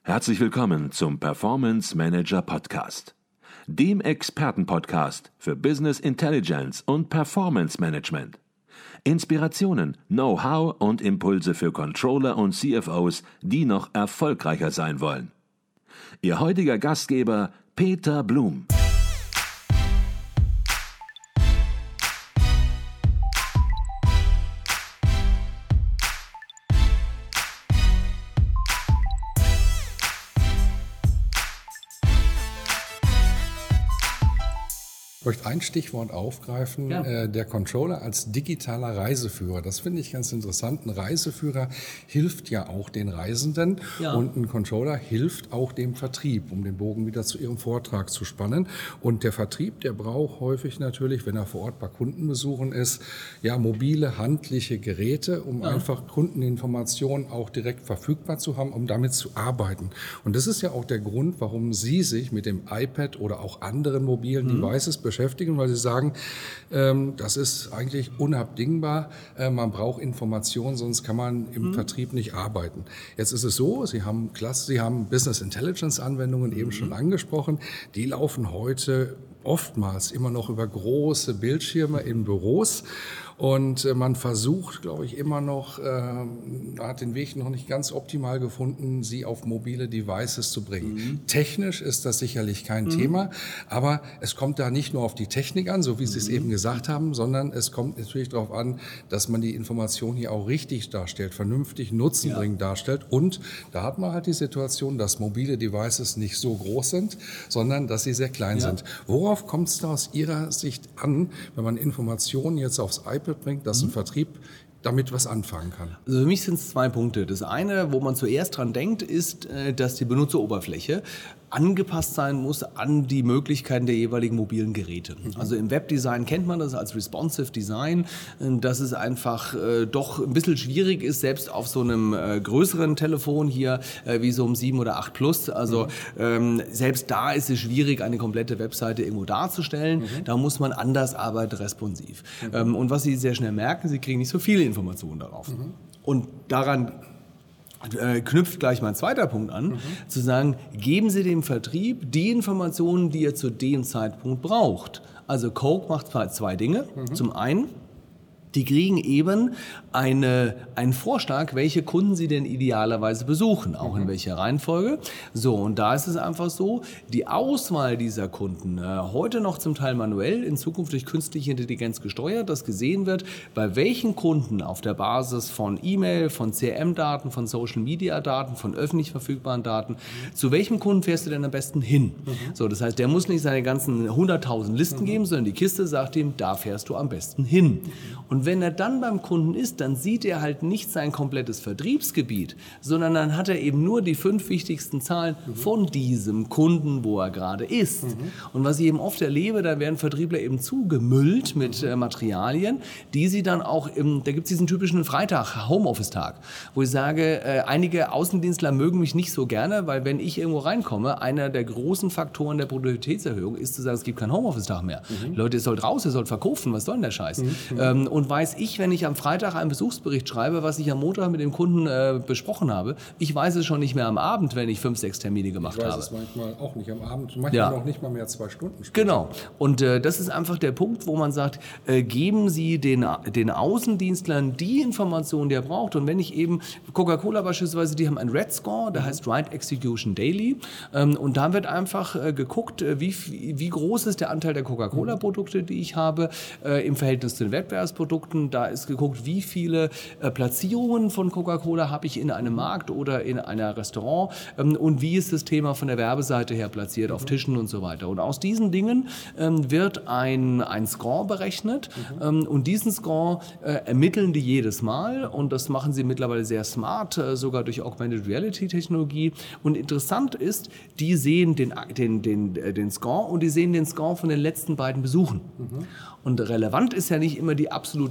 Herzlich willkommen zum Performance Manager Podcast, dem Expertenpodcast für Business Intelligence und Performance Management. Inspirationen, Know-how und Impulse für Controller und CFOs, die noch erfolgreicher sein wollen. Ihr heutiger Gastgeber Peter Blum. Ich möchte ein Stichwort aufgreifen, der Controller als digitaler Reiseführer. Das finde ich ganz interessant. Ein Reiseführer hilft ja auch den Reisenden und ein Controller hilft auch dem Vertrieb, um den Bogen wieder zu Ihrem Vortrag zu spannen. Und der Vertrieb, der braucht häufig natürlich, wenn er vor Ort bei Kundenbesuchen ist, mobile, handliche Geräte, um einfach Kundeninformationen auch direkt verfügbar zu haben, um damit zu arbeiten. Und das ist ja auch der Grund, warum Sie sich mit dem iPad oder auch anderen mobilen Devices beschäftigen, weil sie sagen, das ist eigentlich unabdingbar, man braucht Informationen, sonst kann man im Vertrieb nicht arbeiten. Jetzt ist es so, Sie haben Business Intelligence Anwendungen eben schon angesprochen, die laufen heute oftmals immer noch über große Bildschirme in Büros. Und man versucht, glaube ich, immer noch, hat den Weg noch nicht ganz optimal gefunden, sie auf mobile Devices zu bringen. Technisch ist das sicherlich kein Thema, aber es kommt da nicht nur auf die Technik an, so wie Sie es eben gesagt haben, sondern es kommt natürlich darauf an, dass man die Information hier auch richtig darstellt, vernünftig nutzenbringend darstellt. Und da hat man halt die Situation, dass mobile Devices nicht so groß sind, sondern dass sie sehr klein sind. Worauf kommt es da aus Ihrer Sicht an, wenn man Informationen jetzt aufs iPad bringt, dass ein Vertrieb damit was anfangen kann? Also für mich sind es zwei Punkte. Das eine, wo man zuerst dran denkt, ist, dass die Benutzeroberfläche angepasst sein muss an die Möglichkeiten der jeweiligen mobilen Geräte. Also im Webdesign kennt man das als Responsive Design, dass es einfach doch ein bisschen schwierig ist, selbst auf so einem größeren Telefon hier, wie so einem 7 oder 8 Plus, also selbst da ist es schwierig, eine komplette Webseite irgendwo darzustellen. Da muss man anders arbeiten, responsiv. Und was Sie sehr schnell merken, Sie kriegen nicht so viele Informationen darauf. Und daran knüpft gleich mein zweiter Punkt an, zu sagen, geben Sie dem Vertrieb die Informationen, die er zu dem Zeitpunkt braucht. Also Coke macht zwei Dinge. Zum einen, die kriegen eben einen Vorschlag, welche Kunden sie denn idealerweise besuchen, auch in welcher Reihenfolge. So, und da ist es einfach so, die Auswahl dieser Kunden, heute noch zum Teil manuell, in Zukunft durch künstliche Intelligenz gesteuert, dass gesehen wird, bei welchen Kunden auf der Basis von E-Mail, von CRM-Daten, von Social-Media-Daten, von öffentlich verfügbaren Daten, zu welchem Kunden fährst du denn am besten hin? So, das heißt, der muss nicht seine ganzen 100.000 Listen geben, sondern die Kiste sagt ihm, da fährst du am besten hin. Und wenn er dann beim Kunden ist, dann sieht er halt nicht sein komplettes Vertriebsgebiet, sondern dann hat er eben nur die 5 wichtigsten Zahlen von diesem Kunden, wo er gerade ist. Und was ich eben oft erlebe, da werden Vertriebler eben zugemüllt mit Materialien, die sie dann auch, da gibt es diesen typischen Freitag, Homeoffice-Tag, wo ich sage, einige Außendienstler mögen mich nicht so gerne, weil wenn ich irgendwo reinkomme, einer der großen Faktoren der Produktivitätserhöhung ist zu sagen, es gibt keinen Homeoffice-Tag mehr. Leute, ihr sollt raus, ihr sollt verkaufen, was soll denn der Scheiß? Und weiß ich, wenn ich am Freitag einen Besuchsbericht schreibe, was ich am Montag mit dem Kunden besprochen habe, ich weiß es schon nicht mehr am Abend, wenn ich 5, 6 Termine gemacht habe. Ich weiß es manchmal auch nicht am Abend, manchmal noch nicht mal mehr 2 Stunden später. Genau. Und das ist einfach der Punkt, wo man sagt, geben Sie den Außendienstlern die Informationen, die er braucht. Und wenn ich eben, Coca-Cola beispielsweise, die haben einen Red Score, der heißt Right Execution Daily. Und da wird einfach geguckt, wie groß ist der Anteil der Coca-Cola-Produkte, die ich habe, im Verhältnis zu den Wettbewerbsprodukten. Da ist geguckt, wie viele Platzierungen von Coca-Cola habe ich in einem Markt oder in einer Restaurant und wie ist das Thema von der Werbeseite her platziert, auf Tischen und so weiter. Und aus diesen Dingen wird ein Score berechnet und diesen Score ermitteln die jedes Mal und das machen sie mittlerweile sehr smart, sogar durch Augmented Reality Technologie. Und interessant ist, die sehen den Score und die sehen den Score von den letzten beiden Besuchen. Und relevant ist ja nicht immer die absolute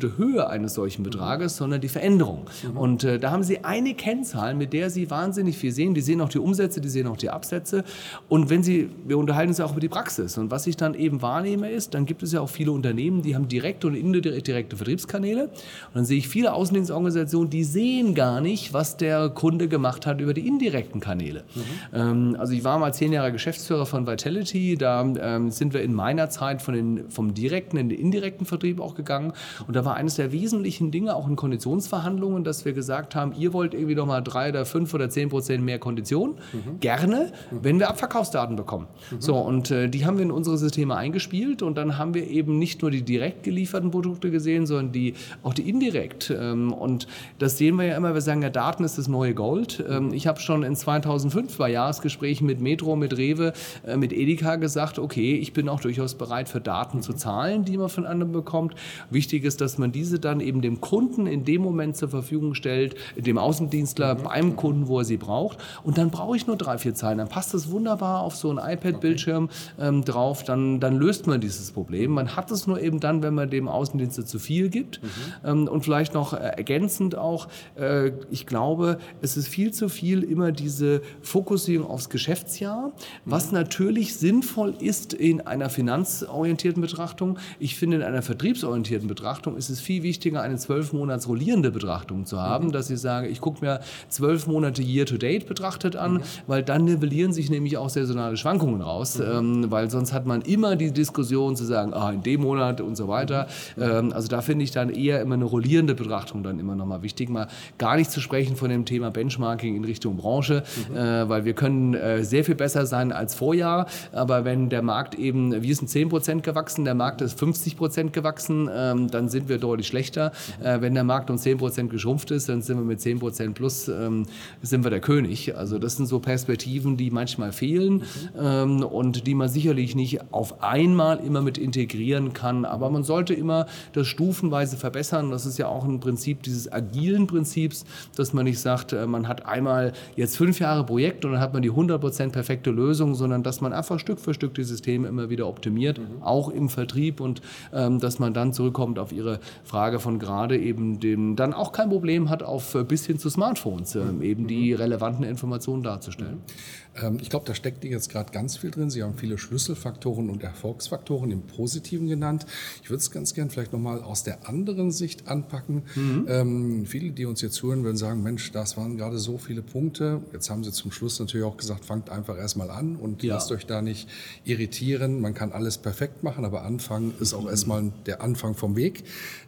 absolute Höhe eines solchen Betrages, sondern die Veränderung. Und da haben Sie eine Kennzahl, mit der Sie wahnsinnig viel sehen. Die sehen auch die Umsätze, die sehen auch die Absätze. Und wir unterhalten uns ja auch über die Praxis. Und was ich dann eben wahrnehme ist, dann gibt es ja auch viele Unternehmen, die haben direkte und indirekte Vertriebskanäle. Und dann sehe ich viele Außendienstorganisationen, die sehen gar nicht, was der Kunde gemacht hat über die indirekten Kanäle. Also ich war mal 10 Jahre Geschäftsführer von Vitality. Da sind wir in meiner Zeit vom direkten in den indirekten Vertrieb auch gegangen. Und da war eines der wesentlichen Dinge auch in Konditionsverhandlungen, dass wir gesagt haben, ihr wollt irgendwie noch mal 3 oder 5 oder 10% mehr Konditionen. Gerne, wenn wir Abverkaufsdaten bekommen. So, und die haben wir in unsere Systeme eingespielt und dann haben wir eben nicht nur die direkt gelieferten Produkte gesehen, sondern auch die indirekt. Und das sehen wir ja immer, wir sagen ja, Daten ist das neue Gold. Ich habe schon in 2005 bei Jahresgesprächen mit Metro, mit Rewe, mit Edeka gesagt, okay, ich bin auch durchaus bereit für Daten zu zahlen, die man von anderen bekommt. Wichtig ist, dass man diese dann eben dem Kunden in dem Moment zur Verfügung stellt, dem Außendienstler, beim Kunden, wo er sie braucht. Und dann brauche ich nur 3, 4 Zeilen. Dann passt das wunderbar auf so einen iPad-Bildschirm drauf. Dann löst man dieses Problem. Man hat es nur eben dann, wenn man dem Außendienstler zu viel gibt. Und vielleicht noch ergänzend auch, ich glaube, es ist viel zu viel immer diese Fokussierung aufs Geschäftsjahr, was natürlich sinnvoll ist in einer finanzorientierten Betrachtung. Ich finde, in einer vertriebsorientierten Betrachtung ist es viel wichtiger, eine 12 Monats rollierende Betrachtung zu haben, dass ich sage, ich gucke mir 12 Monate Year-to-Date betrachtet an, weil dann nivellieren sich nämlich auch saisonale Schwankungen raus, weil sonst hat man immer die Diskussion zu sagen, in dem Monat und so weiter. Also da finde ich dann eher immer eine rollierende Betrachtung dann immer nochmal wichtig, mal gar nicht zu sprechen von dem Thema Benchmarking in Richtung Branche, weil wir können sehr viel besser sein als Vorjahr, aber wenn der Markt eben, wir sind 10% gewachsen, der Markt ist 50% gewachsen, dann sind wir deutlich schlechter. Wenn der Markt um 10% geschrumpft ist, dann sind wir mit 10% plus, sind wir der König. Also das sind so Perspektiven, die manchmal fehlen und die man sicherlich nicht auf einmal immer mit integrieren kann, aber man sollte immer das stufenweise verbessern. Das ist ja auch ein Prinzip dieses agilen Prinzips, dass man nicht sagt, man hat einmal jetzt 5 Jahre Projekt und dann hat man die 100% perfekte Lösung, sondern dass man einfach Stück für Stück die Systeme immer wieder optimiert, auch im Vertrieb und dass man dann zurückkommt auf Ihre Frage von gerade eben dann auch kein Problem hat, auf bis hin zu Smartphones eben die relevanten Informationen darzustellen. Ich glaube, da steckt jetzt gerade ganz viel drin. Sie haben viele Schlüsselfaktoren und Erfolgsfaktoren im Positiven genannt. Ich würde es ganz gern vielleicht nochmal aus der anderen Sicht anpacken. Viele, die uns jetzt zuhören, würden sagen, Mensch, das waren gerade so viele Punkte. Jetzt haben Sie zum Schluss natürlich auch gesagt, fangt einfach erstmal an und lasst euch da nicht irritieren. Man kann alles perfekt machen, aber anfangen ist auch erstmal der Anfang vom Weg.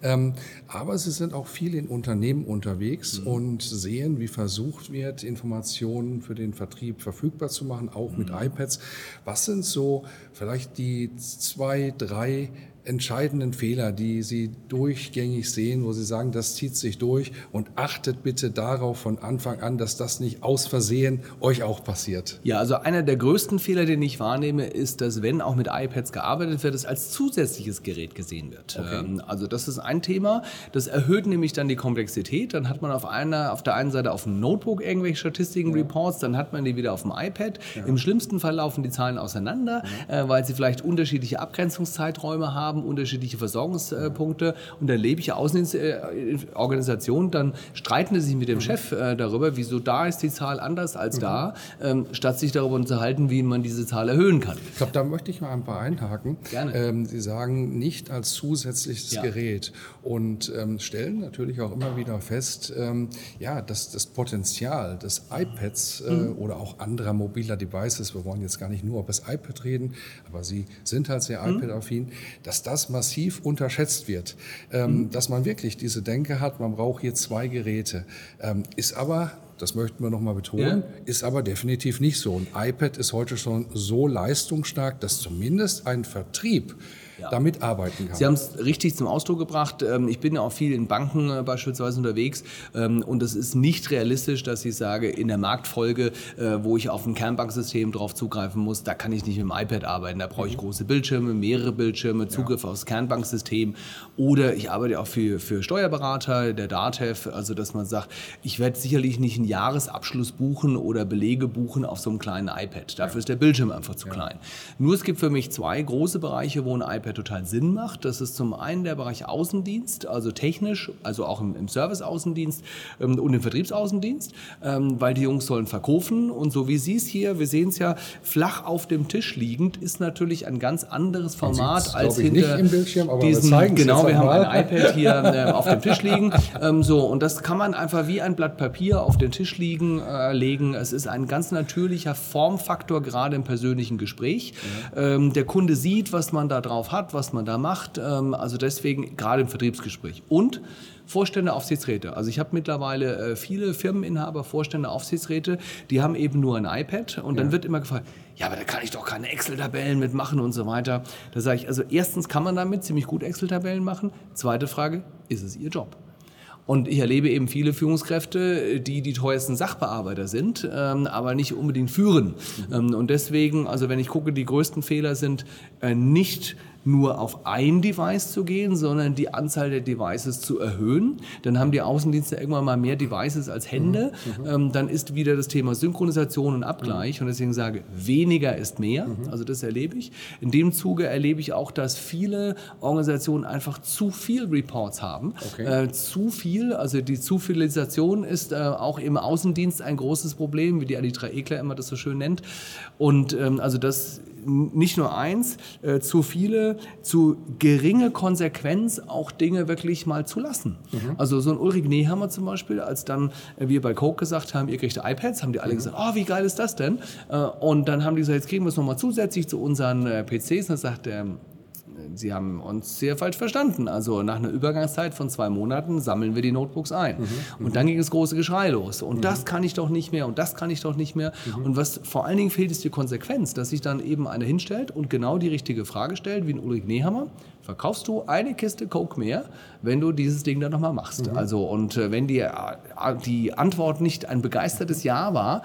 Aber Sie sind auch viel in Unternehmen unterwegs und sehen, wie versucht wird, Informationen für den Vertrieb verfügbar zu machen, auch mit iPads. Was sind so vielleicht die 2, 3 entscheidenden Fehler, die Sie durchgängig sehen, wo Sie sagen, das zieht sich durch und achtet bitte darauf von Anfang an, dass das nicht aus Versehen euch auch passiert? Ja, also einer der größten Fehler, den ich wahrnehme, ist, dass wenn auch mit iPads gearbeitet wird, es als zusätzliches Gerät gesehen wird. Okay. Also das ist ein Thema, das erhöht nämlich dann die Komplexität, dann hat man auf der einen Seite auf dem Notebook irgendwelche Statistiken, Reports, dann hat man die wieder auf dem iPad. Im schlimmsten Fall laufen die Zahlen auseinander, weil sie vielleicht unterschiedliche Abgrenzungszeiträume haben, unterschiedliche Versorgungspunkte und erlebe ich Außendienstorganisationen, dann streiten sie sich mit dem Chef darüber, wieso da ist die Zahl anders als da, statt sich darüber unterhalten, wie man diese Zahl erhöhen kann. Ich glaube, da möchte ich mal ein paar einhaken. Gerne. Sie sagen nicht als zusätzliches Gerät und stellen natürlich auch immer wieder fest, dass das Potenzial des iPads oder auch anderer mobiler Devices, wir wollen jetzt gar nicht nur über das iPad reden, aber Sie sind halt sehr iPad-affin, dass das massiv unterschätzt wird, dass man wirklich diese Denke hat, man braucht hier 2 Geräte, ist aber, das möchten wir nochmal betonen, ist aber definitiv nicht so. Ein iPad ist heute schon so leistungsstark, dass zumindest ein Vertrieb damit arbeiten kann. Sie haben es richtig zum Ausdruck gebracht. Ich bin ja auch viel in Banken beispielsweise unterwegs und es ist nicht realistisch, dass ich sage, in der Marktfolge, wo ich auf ein Kernbanksystem drauf zugreifen muss, da kann ich nicht mit dem iPad arbeiten. Da brauche ich große Bildschirme, mehrere Bildschirme, Zugriff aufs Kernbanksystem oder ich arbeite auch für Steuerberater, der DATEV, also dass man sagt, ich werde sicherlich nicht einen Jahresabschluss buchen oder Belege buchen auf so einem kleinen iPad. Dafür ist der Bildschirm einfach zu klein. Nur es gibt für mich 2 große Bereiche, wo ein iPad iPad total Sinn macht. Das ist zum einen der Bereich Außendienst, also technisch, also auch im Service-Außendienst und im Vertriebsaußendienst, weil die Jungs sollen verkaufen. Und so wie Sie es hier, wir sehen es ja, flach auf dem Tisch liegend, ist natürlich ein ganz anderes Format als hinter nicht im Bildschirm, aber diesen, genau, wir haben ein iPad hier auf dem Tisch liegen. Und das kann man einfach wie ein Blatt Papier auf den Tisch legen. Es ist ein ganz natürlicher Formfaktor, gerade im persönlichen Gespräch. Ja. Der Kunde sieht, was man da drauf hat, was man da macht. Also deswegen gerade im Vertriebsgespräch. Und Vorstände, Aufsichtsräte. Also ich habe mittlerweile viele Firmeninhaber, Vorstände, Aufsichtsräte, die haben eben nur ein iPad und dann wird immer gefragt, ja, aber da kann ich doch keine Excel-Tabellen mitmachen und so weiter. Da sage ich, also erstens kann man damit ziemlich gut Excel-Tabellen machen. Zweite Frage, ist es Ihr Job? Und ich erlebe eben viele Führungskräfte, die teuersten Sachbearbeiter sind, aber nicht unbedingt führen. Und deswegen, also wenn ich gucke, die größten Fehler sind nicht nur auf ein Device zu gehen, sondern die Anzahl der Devices zu erhöhen. Dann haben die Außendienste irgendwann mal mehr Devices als Hände. Dann ist wieder das Thema Synchronisation und Abgleich. Und deswegen sage ich, weniger ist mehr. Also das erlebe ich. In dem Zuge erlebe ich auch, dass viele Organisationen einfach zu viel Reports haben. Zu viel, also die Zufilisation ist auch im Außendienst ein großes Problem, wie die Alitra Ekler immer das so schön nennt. Und also das nicht nur eins, zu viele, zu geringe Konsequenz, auch Dinge wirklich mal zu lassen. Also so ein Ulrich Nehammer zum Beispiel, als dann wir bei Coke gesagt haben, ihr kriegt iPads, haben die alle gesagt, oh, wie geil ist das denn? Und dann haben die gesagt, jetzt kriegen wir es nochmal zusätzlich zu unseren PCs. Und dann sagt der, Sie haben uns sehr falsch verstanden. Also nach einer Übergangszeit von 2 Monaten sammeln wir die Notebooks ein. Und dann ging das große Geschrei los. Und das kann ich doch nicht mehr und das kann ich doch nicht mehr. Und was vor allen Dingen fehlt, ist die Konsequenz, dass sich dann eben einer hinstellt und genau die richtige Frage stellt, wie ein Ulrich Nehammer. Verkaufst du eine Kiste Coke mehr, wenn du dieses Ding dann nochmal machst? Also, und wenn die Antwort nicht ein begeistertes Ja war,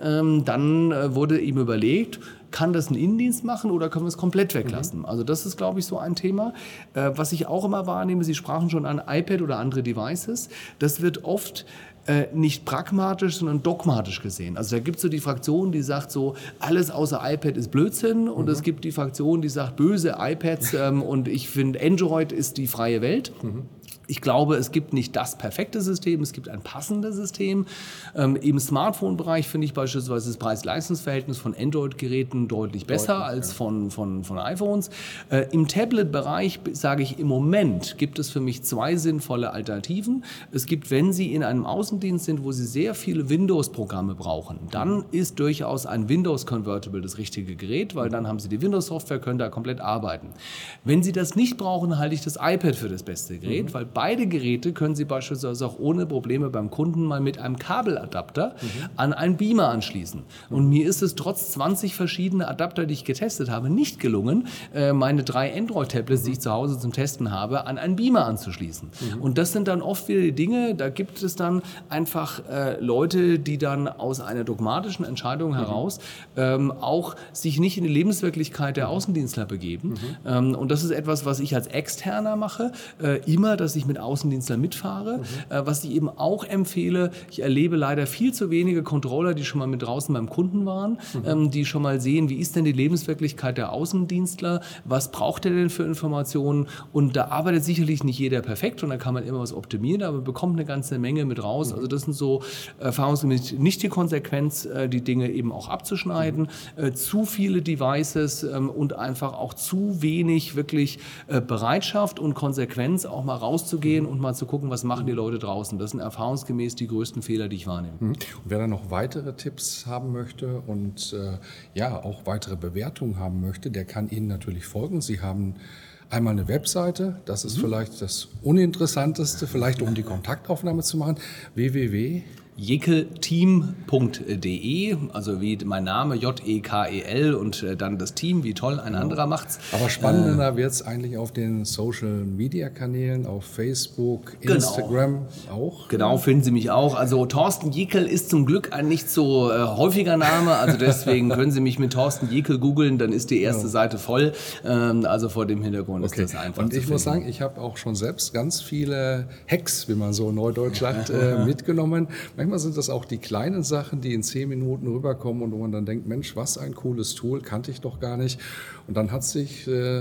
dann wurde ihm überlegt, kann das ein Innendienst machen oder können wir es komplett weglassen? Also das ist, glaube ich, so ein Thema. Was ich auch immer wahrnehme, Sie sprachen schon an iPad oder andere Devices, das wird oft nicht pragmatisch, sondern dogmatisch gesehen. Also da gibt es so die Fraktion, die sagt so, alles außer iPad ist Blödsinn und es gibt die Fraktion, die sagt, böse iPads und ich finde, Android ist die freie Welt. Ich glaube, es gibt nicht das perfekte System, es gibt ein passendes System. Im Smartphone-Bereich finde ich beispielsweise das Preis-Leistungs-Verhältnis von Android-Geräten deutlich besser als von iPhones. Im Tablet-Bereich sage ich, im Moment gibt es für mich 2 sinnvolle Alternativen. Es gibt, wenn Sie in einem Außendienst sind, wo Sie sehr viele Windows-Programme brauchen, dann ist durchaus ein Windows-Convertible das richtige Gerät, weil dann haben Sie die Windows-Software, können da komplett arbeiten. Wenn Sie das nicht brauchen, halte ich das iPad für das beste Gerät, weil beide Geräte können Sie beispielsweise auch ohne Probleme beim Kunden mal mit einem Kabeladapter an einen Beamer anschließen. Und mir ist es trotz 20 verschiedene Adapter, die ich getestet habe, nicht gelungen, meine 3 Android-Tablets, die ich zu Hause zum Testen habe, an einen Beamer anzuschließen. Und das sind dann oft wieder die Dinge, da gibt es dann einfach Leute, die dann aus einer dogmatischen Entscheidung heraus auch sich nicht in die Lebenswirklichkeit der Außendienstler begeben. Und das ist etwas, was ich als Externer mache, immer, dass ich mit Außendienstlern mitfahre. Was ich eben auch empfehle, ich erlebe leider viel zu wenige Controller, die schon mal mit draußen beim Kunden waren, die schon mal sehen, wie ist denn die Lebenswirklichkeit der Außendienstler, was braucht er denn für Informationen, und da arbeitet sicherlich nicht jeder perfekt und da kann man immer was optimieren, aber man bekommt eine ganze Menge mit raus. Also das sind so erfahrungsgemäß nicht die Konsequenz, die Dinge eben auch abzuschneiden, zu viele Devices und einfach auch zu wenig wirklich Bereitschaft und Konsequenz, auch mal rauszugehen und mal zu gucken, was machen die Leute draußen. Das sind erfahrungsgemäß die größten Fehler, die ich wahrnehme. Und wer dann noch weitere Tipps haben möchte und auch weitere Bewertungen haben möchte, der kann Ihnen natürlich folgen. Sie haben einmal eine Webseite, das ist vielleicht das Uninteressanteste, vielleicht um die Kontaktaufnahme zu machen, jekelteam.de, also wie mein Name, Jekel und dann das Team, wie toll, ein anderer macht's. Aber spannender wird es eigentlich auf den Social-Media-Kanälen, auf Facebook, Instagram auch. Genau, finden Sie mich auch. Also Thorsten Jekel ist zum Glück ein nicht so häufiger Name, also deswegen können Sie mich mit Thorsten Jekel googeln, dann ist die erste Seite voll. Also vor dem Hintergrund ist das einfach. Und ich muss sagen, ich habe auch schon selbst ganz viele Hacks, wie man so neudeutsch sagt, mitgenommen. manchmal sind das auch die kleinen Sachen, die in 10 Minuten rüberkommen und wo man dann denkt, Mensch, was ein cooles Tool, kannte ich doch gar nicht. Und dann hat sich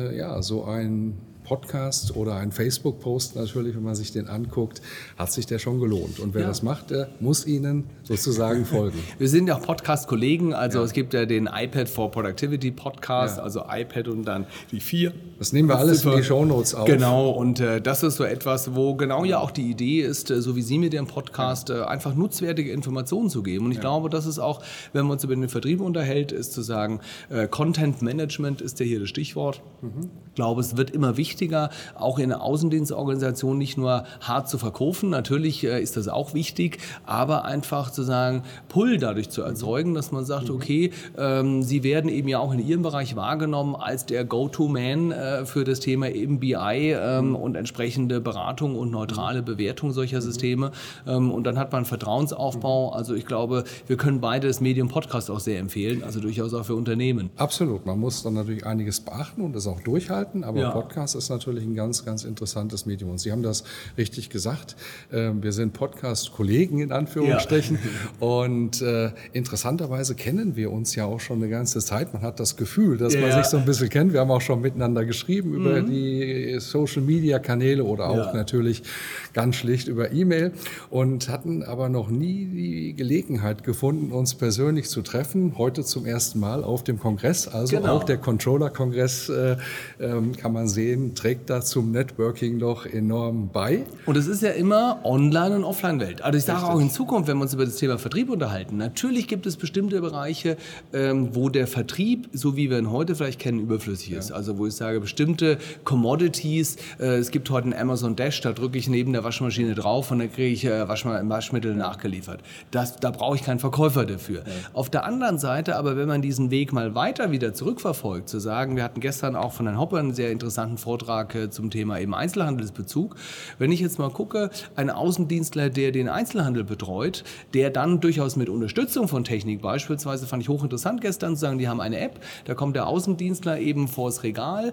so ein Podcast oder ein Facebook-Post natürlich, wenn man sich den anguckt, hat sich der schon gelohnt. Und wer das macht, der muss Ihnen sozusagen folgen. Wir sind ja auch Podcast-Kollegen, also es gibt ja den iPad for Productivity Podcast, also iPad und dann die 4. Das nehmen wir alles in die Shownotes auf. Genau, und das ist so etwas, wo genau ja auch die Idee ist, so wie Sie mit dem Podcast, einfach nutzwertige Informationen zu geben. Und ich glaube, das ist auch, wenn man uns über den Vertrieb unterhält, ist zu sagen, Content Management ist ja hier das Stichwort. Ich glaube, es wird immer wichtiger, auch in der Außendienstorganisation nicht nur hart zu verkaufen, natürlich ist das auch wichtig, aber einfach zu sagen, Pull dadurch zu erzeugen, dass man sagt, okay, Sie werden eben ja auch in Ihrem Bereich wahrgenommen als der Go-To-Man für das Thema eben BI und entsprechende Beratung und neutrale Bewertung solcher Systeme. Und dann hat man Vertrauensaufbau. Also ich glaube, wir können beide das Medium Podcast auch sehr empfehlen, also durchaus auch für Unternehmen. Absolut, man muss dann natürlich einiges beachten und das auch durchhalten, aber Podcast ist natürlich ein ganz, ganz interessantes Medium. Und Sie haben das richtig gesagt, wir sind Podcast-Kollegen in Anführungsstrichen und interessanterweise kennen wir uns ja auch schon eine ganze Zeit. Man hat das Gefühl, dass man sich so ein bisschen kennt. Wir haben auch schon miteinander geschrieben über die Social-Media-Kanäle oder auch natürlich ganz schlicht über E-Mail und hatten aber noch nie die Gelegenheit gefunden, uns persönlich zu treffen. Heute zum ersten Mal auf dem Kongress, also auch der Controller-Kongress, kann man sehen, trägt da zum Networking doch enorm bei. Und es ist ja immer Online- und Offline-Welt. Also ich sage auch in Zukunft, wenn wir uns über das Thema Vertrieb unterhalten, natürlich gibt es bestimmte Bereiche, wo der Vertrieb, so wie wir ihn heute vielleicht kennen, überflüssig ist. Also wo ich sage, bestimmte Commodities, es gibt heute einen Amazon Dash, da drücke ich neben der Waschmaschine drauf und dann kriege ich Waschmittel nachgeliefert. Da brauche ich keinen Verkäufer dafür. Auf der anderen Seite aber, wenn man diesen Weg mal weiter wieder zurückverfolgt, zu sagen, wir hatten gestern auch von Herrn Hopper einen sehr interessanten Vortrag zum Thema eben Einzelhandelsbezug. Wenn ich jetzt mal gucke, ein Außendienstler, der den Einzelhandel betreut, der dann durchaus mit Unterstützung von Technik, beispielsweise fand ich hochinteressant gestern zu sagen, die haben eine App, da kommt der Außendienstler eben vors Regal,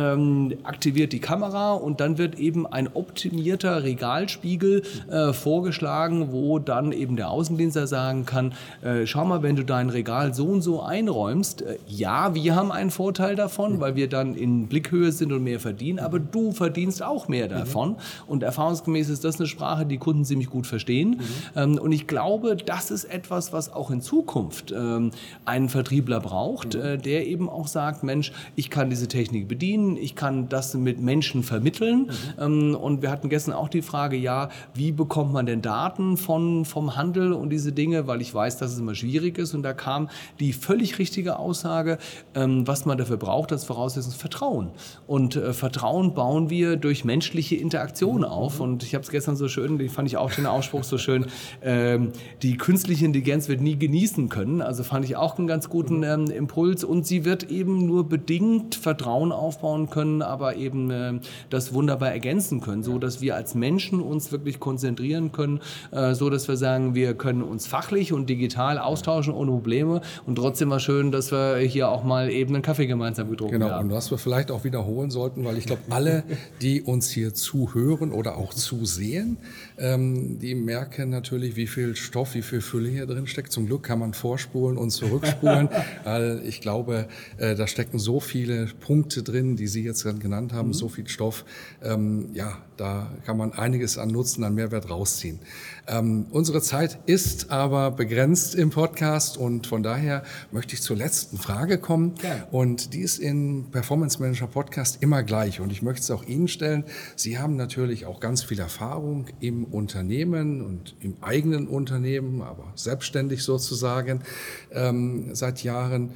aktiviert die Kamera und dann wird eben ein optimierter Regalspiegel vorgeschlagen, wo dann eben der Außendienstler sagen kann, schau mal, wenn du dein Regal so und so einräumst, ja, wir haben einen Vorteil davon, weil wir dann in Blickhöhe sind und mehr verdienen, aber du verdienst auch mehr davon. Und erfahrungsgemäß ist das eine Sprache, die Kunden ziemlich gut verstehen. Und ich glaube, das ist etwas, was auch in Zukunft einen Vertriebler braucht, der eben auch sagt, Mensch, ich kann diese Technik bedienen, ich kann das mit Menschen vermitteln. Und wir hatten gestern auch die Frage, ja, wie bekommt man denn Daten vom Handel und diese Dinge, weil ich weiß, dass es immer schwierig ist. Und da kam die völlig richtige Aussage, was man dafür braucht, als Voraussetzung ist Vertrauen. Und Vertrauen bauen wir durch menschliche Interaktion auf. Und ich habe es gestern so schön, die fand ich auch den Ausspruch so schön, die künstliche Intelligenz wird nie genießen können. Also fand ich auch einen ganz guten Impuls. Und sie wird eben nur bedingt Vertrauen aufbauen können, aber eben das wunderbar ergänzen können, so dass wir als Menschen uns wirklich konzentrieren können, so dass wir sagen, wir können uns fachlich und digital austauschen ohne Probleme. Und trotzdem war schön, dass wir hier auch mal eben einen Kaffee gemeinsam getrunken haben. Genau, und was wir vielleicht auch wiederholen sollten, weil ich glaube, alle, die uns hier zuhören oder auch zusehen, die merken natürlich, wie viel Stoff, wie viel Fülle hier drin steckt. Zum Glück kann man vorspulen und zurückspulen, weil ich glaube, da stecken so viele Punkte drin, die Sie jetzt genannt haben, so viel Stoff. Da kann man einiges an Nutzen, an Mehrwert rausziehen. Unsere Zeit ist aber begrenzt im Podcast und von daher möchte ich zur letzten Frage kommen. Ja. Und die ist im Performance Manager Podcast immer gleich und ich möchte es auch Ihnen stellen. Sie haben natürlich auch ganz viel Erfahrung im Unternehmen und im eigenen Unternehmen, aber selbstständig sozusagen seit Jahren.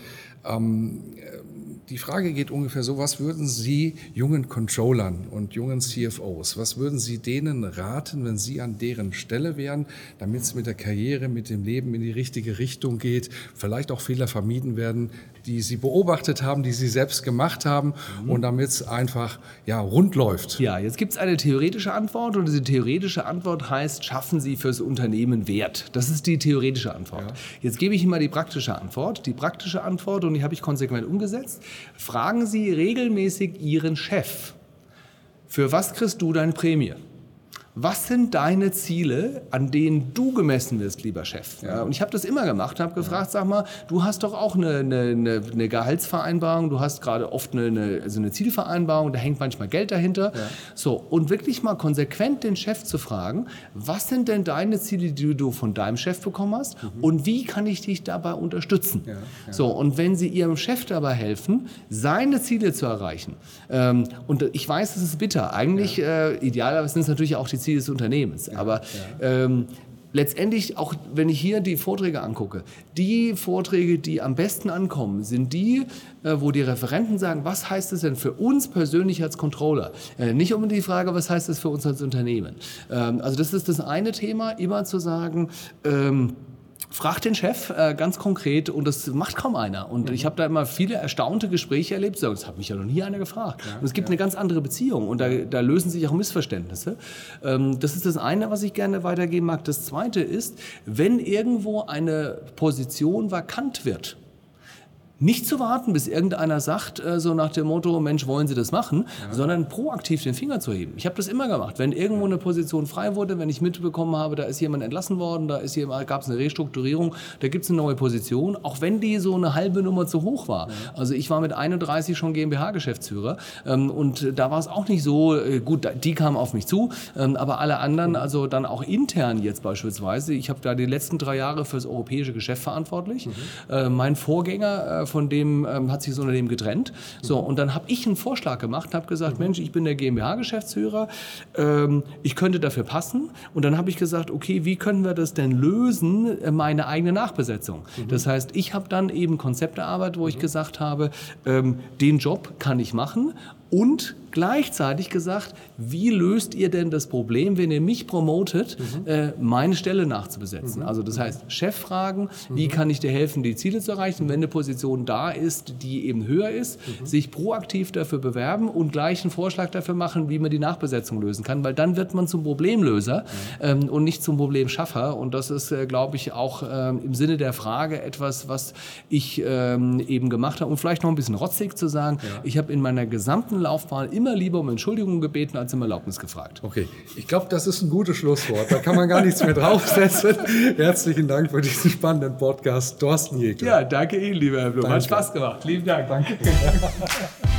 Die Frage geht ungefähr so, was würden Sie jungen Controllern und jungen CFOs, was würden Sie denen raten, wenn Sie an deren Stelle wären, damit es mit der Karriere, mit dem Leben in die richtige Richtung geht, vielleicht auch Fehler vermieden werden, die Sie beobachtet haben, die Sie selbst gemacht haben und damit es einfach rund läuft? Ja, jetzt gibt es eine theoretische Antwort und diese theoretische Antwort heißt, schaffen Sie fürs Unternehmen Wert. Das ist die theoretische Antwort. Ja. Jetzt gebe ich Ihnen mal die praktische Antwort. Die praktische Antwort, und die habe ich konsequent umgesetzt, fragen Sie regelmäßig Ihren Chef, für was kriegst du deine Prämie? was sind deine Ziele, an denen du gemessen wirst, lieber Chef? Ja, und ich habe das immer gemacht, habe gefragt, sag mal, du hast doch auch eine Gehaltsvereinbarung, du hast gerade oft eine Zielvereinbarung, da hängt manchmal Geld dahinter. Ja. So, und wirklich mal konsequent den Chef zu fragen, was sind denn deine Ziele, die du von deinem Chef bekommen hast und wie kann ich dich dabei unterstützen? Ja, ja. So, und wenn Sie Ihrem Chef dabei helfen, seine Ziele zu erreichen, und ich weiß, es ist bitter, eigentlich idealerweise sind es natürlich auch die Ziel des Unternehmens. Aber letztendlich, auch wenn ich hier die Vorträge angucke, die Vorträge, die am besten ankommen, sind die, wo die Referenten sagen, was heißt es denn für uns persönlich als Controller? Nicht unbedingt die Frage, was heißt es für uns als Unternehmen? Also das ist das eine Thema, immer zu sagen, frag den Chef ganz konkret und das macht kaum einer. Und ich habe da immer viele erstaunte Gespräche erlebt. So, das hat mich ja noch nie einer gefragt. Und es gibt eine ganz andere Beziehung und da lösen sich auch Missverständnisse. Das ist das eine, was ich gerne weitergeben mag. Das zweite ist, wenn irgendwo eine Position vakant wird, nicht zu warten, bis irgendeiner sagt, so nach dem Motto, Mensch, wollen Sie das machen, sondern proaktiv den Finger zu heben. Ich habe das immer gemacht. Wenn irgendwo eine Position frei wurde, wenn ich mitbekommen habe, da ist jemand entlassen worden, gab es eine Restrukturierung, da gibt es eine neue Position, auch wenn die so eine halbe Nummer zu hoch war. Also ich war mit 31 schon GmbH-Geschäftsführer und da war es auch nicht so, gut, die kamen auf mich zu, aber alle anderen, also dann auch intern jetzt beispielsweise, ich habe da die letzten 3 Jahre für das europäische Geschäft verantwortlich. Mein Vorgänger von dem hat sich das Unternehmen getrennt. So, und dann habe ich einen Vorschlag gemacht, habe gesagt, Mensch, ich bin der GmbH-Geschäftsführer, ich könnte dafür passen. Und dann habe ich gesagt, okay, wie können wir das denn lösen, meine eigene Nachbesetzung? Das heißt, ich habe dann eben Konzepte erarbeitet, wo ich gesagt habe, den Job kann ich machen. Und gleichzeitig gesagt, wie löst ihr denn das Problem, wenn ihr mich promotet, meine Stelle nachzubesetzen? Also das heißt, Chef fragen, wie kann ich dir helfen, die Ziele zu erreichen? Wenn eine Position da ist, die eben höher ist, sich proaktiv dafür bewerben und gleich einen Vorschlag dafür machen, wie man die Nachbesetzung lösen kann, weil dann wird man zum Problemlöser und nicht zum Problemschaffer. Und das ist, glaube ich, auch im Sinne der Frage etwas, was ich eben gemacht habe. Und vielleicht noch ein bisschen rotzig zu sagen, ich habe in meiner gesamten Laufbahn immer lieber um Entschuldigung gebeten, als um Erlaubnis gefragt. Okay, ich glaube, das ist ein gutes Schlusswort. Da kann man gar nichts mehr draufsetzen. Herzlichen Dank für diesen spannenden Podcast, Thorsten Jegler. Ja, danke Ihnen, lieber Herr Blum. Hat Spaß gemacht. Lieben Dank. Danke.